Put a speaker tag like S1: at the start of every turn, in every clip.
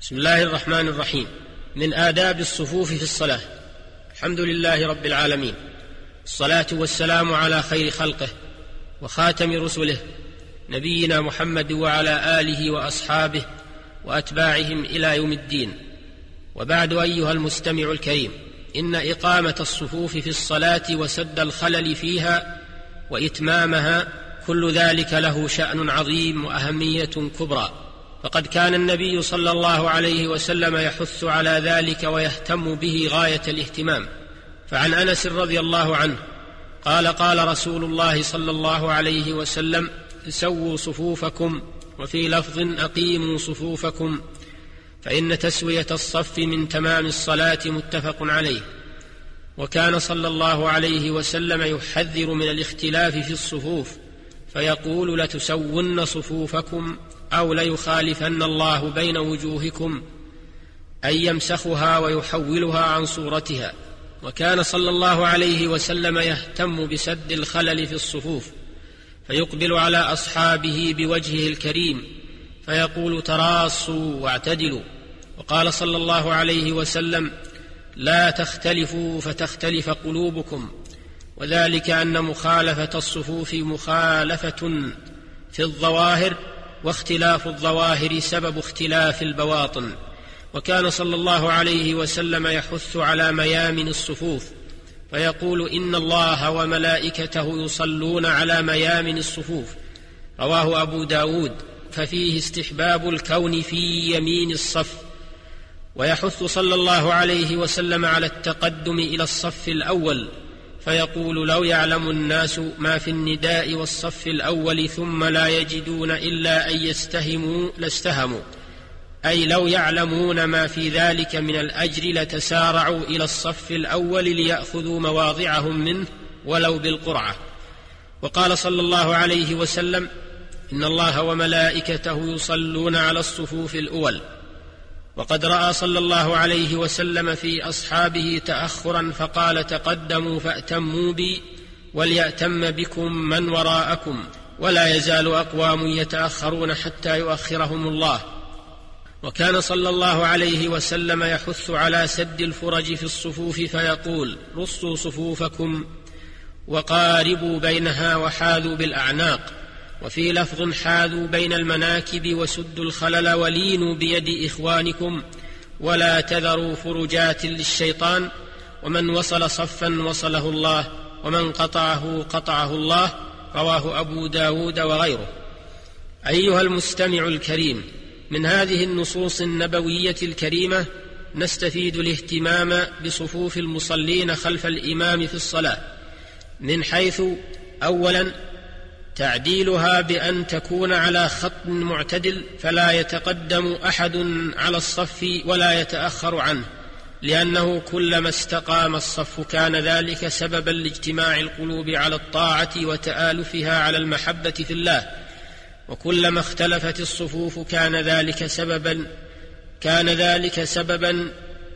S1: بسم الله الرحمن الرحيم. من آداب الصفوف في الصلاة. الحمد لله رب العالمين، الصلاة والسلام على خير خلقه وخاتم رسله نبينا محمد وعلى آله وأصحابه وأتباعهم إلى يوم الدين. وبعد، أيها المستمع الكريم، إن إقامة الصفوف في الصلاة وسد الخلل فيها وإتمامها كل ذلك له شأن عظيم وأهمية كبرى، فقد كان النبي صلى الله عليه وسلم يحث على ذلك ويهتم به غاية الاهتمام. فعن أنس رضي الله عنه قال: قال رسول الله صلى الله عليه وسلم: سووا صفوفكم، وفي لفظ: أقيموا صفوفكم، فإن تسوية الصف من تمام الصلاة، متفق عليه. وكان صلى الله عليه وسلم يحذر من الاختلاف في الصفوف، فيقول: لتسون صفوفكم أو ليخالفن الله بين وجوهكم، أي يمسخها ويحولها عن صورتها. وكان صلى الله عليه وسلم يهتم بسد الخلل في الصفوف، فيقبل على أصحابه بوجهه الكريم فيقول: تراصوا واعتدلوا. وقال صلى الله عليه وسلم: لا تختلفوا فتختلف قلوبكم، وذلك أن مخالفة الصفوف مخالفة في الظواهر، واختلاف الظواهر سبب اختلاف البواطن. وكان صلى الله عليه وسلم يحث على ميامن الصفوف، فيقول: إن الله وملائكته يصلون على ميامن الصفوف، رواه أبو داود، ففيه استحباب الكون في يمين الصف. ويحث صلى الله عليه وسلم على التقدم إلى الصف الأول، فيقول: لو يعلم الناس ما في النداء والصف الأول ثم لا يجدون إلا أن يستهموا لاستهموا، أي لو يعلمون ما في ذلك من الأجر لتسارعوا إلى الصف الأول ليأخذوا مواضعهم منه ولو بالقرعة. وقال صلى الله عليه وسلم: إن الله وملائكته يصلون على الصفوف الأول. وقد رأى صلى الله عليه وسلم في أصحابه تأخرا، فقال: تقدموا فأتموا بي وليأتم بكم من وراءكم، ولا يزال أقوام يتأخرون حتى يؤخرهم الله. وكان صلى الله عليه وسلم يحث على سد الفرج في الصفوف، فيقول: رصوا صفوفكم وقاربوا بينها وحاذوا بالأعناق. وفي لفظ: حاذوا بين المناكب وسدوا الخلل ولينوا بيد إخوانكم ولا تذروا فرجات للشيطان، ومن وصل صفا وصله الله، ومن قطعه قطعه الله، رواه أبو داود وغيره. أيها المستمع الكريم، من هذه النصوص النبوية الكريمة نستفيد الاهتمام بصفوف المصلين خلف الإمام في الصلاة، من حيث: أولا، تعديلها بأن تكون على خط معتدل، فلا يتقدم أحد على الصف ولا يتأخر عنه، لأنه كلما استقام الصف كان ذلك سببا لاجتماع القلوب على الطاعة وتآلفها على المحبة في الله، وكلما اختلفت الصفوف كان ذلك سببا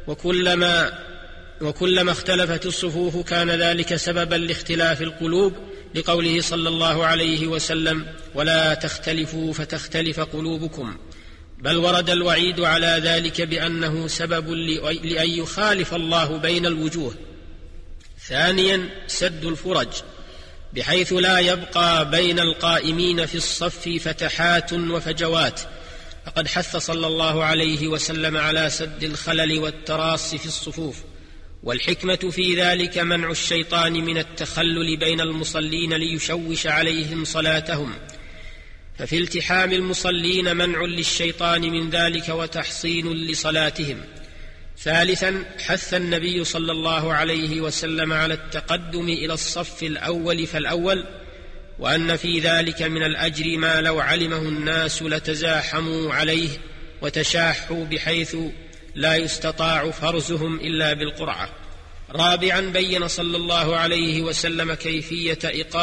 S1: وكلما اختلفت الصفوف كان ذلك سببا لاختلاف القلوب، لقوله صلى الله عليه وسلم: ولا تختلفوا فتختلف قلوبكم. بل ورد الوعيد على ذلك بأنه سبب لأن يخالف الله بين الوجوه. ثانيا، سد الفرج، بحيث لا يبقى بين القائمين في الصف فتحات وفجوات، فقد حث صلى الله عليه وسلم على سد الخلل والتراص في الصفوف. والحكمة في ذلك منع الشيطان من التخلل بين المصلين ليشوش عليهم صلاتهم، ففي التحام المصلين منع للشيطان من ذلك وتحصين لصلاتهم. ثالثا، حث النبي صلى الله عليه وسلم على التقدم إلى الصف الأول فالأول، وأن في ذلك من الأجر ما لو علمه الناس لتزاحموا عليه وتشاحوا بحيث لا يستطاع فرزهم إلا بالقرعة. رابعا، بين صلى الله عليه وسلم كيفية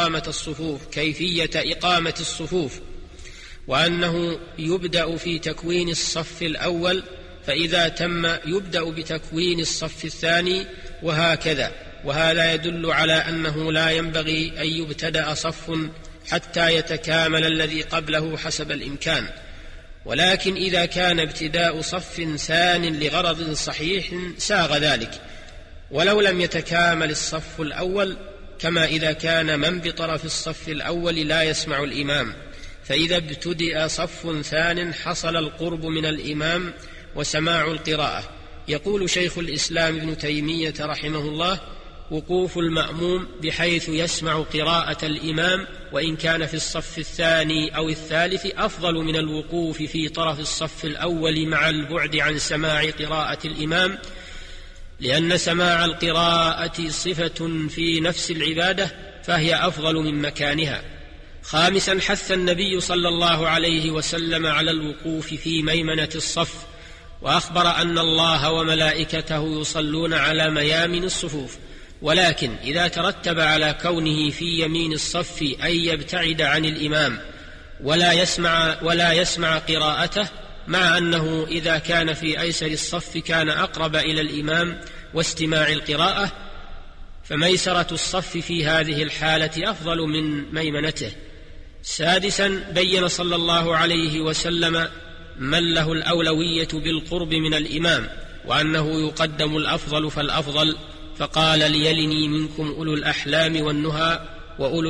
S1: إقامة الصفوف، وأنه يبدأ في تكوين الصف الأول، فإذا تم يبدأ بتكوين الصف الثاني، وهكذا. وهذا يدل على أنه لا ينبغي أن يبتدأ صف حتى يتكامل الذي قبله حسب الإمكان. ولكن إذا كان ابتداء صف ثان لغرض صحيح ساغ ذلك، ولو لم يتكامل الصف الأول، كما إذا كان من بطرف الصف الأول لا يسمع الإمام، فإذا ابتدأ صف ثان حصل القرب من الإمام وسماع القراءة. يقول شيخ الإسلام ابن تيمية رحمه الله: وقوف المأموم بحيث يسمع قراءة الإمام وإن كان في الصف الثاني أو الثالث أفضل من الوقوف في طرف الصف الأول مع البعد عن سماع قراءة الإمام، لأن سماع القراءة صفة في نفس العبادة فهي أفضل من مكانها. خامسا، حث النبي صلى الله عليه وسلم على الوقوف في ميمنة الصف، وأخبر أن الله وملائكته يصلون على ميامن الصفوف، ولكن إذا ترتب على كونه في يمين الصف أن يبتعد عن الإمام ولا يسمع قراءته، مع أنه إذا كان في أيسر الصف كان أقرب إلى الإمام واستماع القراءة، فميسرة الصف في هذه الحالة أفضل من ميمنته. سادسا، بين صلى الله عليه وسلم من له الأولوية بالقرب من الإمام، وأنه يقدم الأفضل فالأفضل، فقال: ليلني منكم أولو الأحلام والنهى، وأولو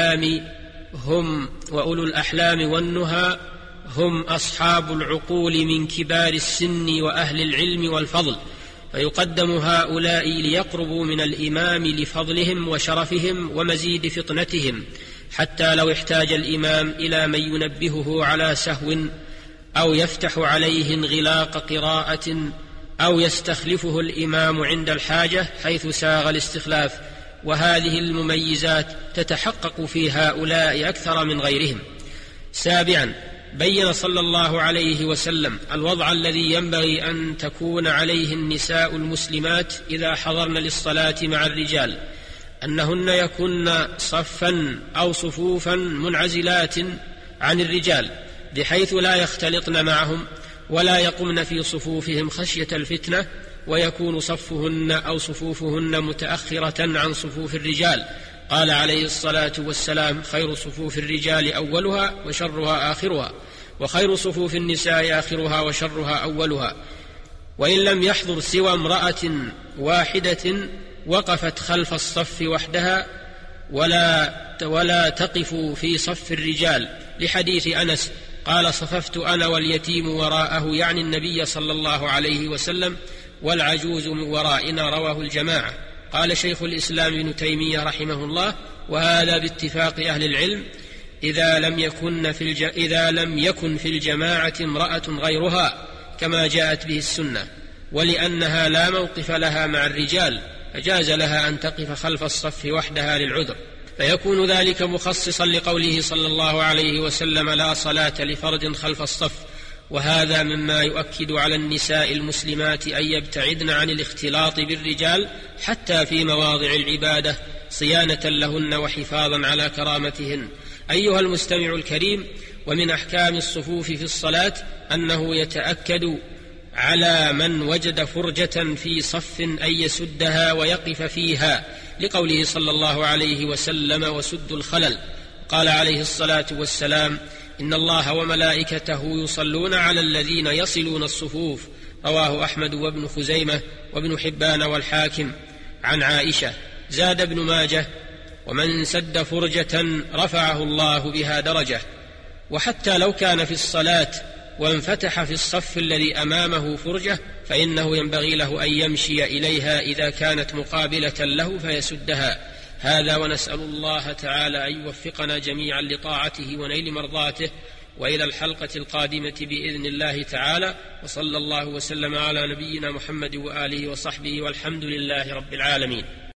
S1: الأحلام والنهى هم أصحاب العقول من كبار السن وأهل العلم والفضل، فيقدم هؤلاء ليقربوا من الإمام لفضلهم وشرفهم ومزيد فطنتهم، حتى لو احتاج الإمام إلى من ينبهه على سهو أو يفتح عليه انغلاق قراءة أو يستخلفه الإمام عند الحاجة حيث ساغ الاستخلاف. وهذه المميزات تتحقق في هؤلاء أكثر من غيرهم. سابعا، بين صلى الله عليه وسلم الوضع الذي ينبغي أن تكون عليه النساء المسلمات إذا حضرن للصلاة مع الرجال، أنهن يكن صفا أو صفوفا منعزلات عن الرجال بحيث لا يختلطن معهم ولا يقمن في صفوفهم خشية الفتنة، ويكون صفهن أو صفوفهن متأخرة عن صفوف الرجال. قال عليه الصلاة والسلام: خير صفوف الرجال أولها وشرها آخرها، وخير صفوف النساء آخرها وشرها أولها. وإن لم يحضر سوى امرأة واحدة وقفت خلف الصف وحدها ولا تقف في صف الرجال، لحديث أنس قال: صففت أنا واليتيم وراءه، يعني النبي صلى الله عليه وسلم، والعجوز من ورائنا، رواه الجماعة. قال شيخ الإسلام ابن تيمية رحمه الله: وهذا باتفاق أهل العلم إذا لم يكن في الجماعة امرأة غيرها كما جاءت به السنة، ولأنها لا موقف لها مع الرجال فجاز لها أن تقف خلف الصف وحدها للعذر، فيكون ذلك مخصصا لقوله صلى الله عليه وسلم: لا صلاة لفرد خلف الصف. وهذا مما يؤكد على النساء المسلمات أن يبتعدن عن الاختلاط بالرجال حتى في مواضع العبادة صيانة لهن وحفاظا على كرامتهن. أيها المستمع الكريم، ومن أحكام الصفوف في الصلاة أنه يتأكد على من وجد فرجة في صف أن يسدها ويقف فيها، لقوله صلى الله عليه وسلم: وسد الخلل. قال عليه الصلاة والسلام: إن الله وملائكته يصلون على الذين يصلون الصفوف، رواه أحمد وابن خزيمة وابن حبان والحاكم. عن عائشة. زاد ابن ماجه: ومن سد فرجة رفعه الله بها درجة. وحتى لو كان في الصلاة وانفتح في الصف الذي أمامه فرجة فإنه ينبغي له أن يمشي إليها إذا كانت مقابلة له فيسدها. هذا، ونسأل الله تعالى أن يوفقنا جميعا لطاعته ونيل مرضاته. وإلى الحلقة القادمة بإذن الله تعالى، وصلى الله وسلم على نبينا محمد وآله وصحبه، والحمد لله رب العالمين.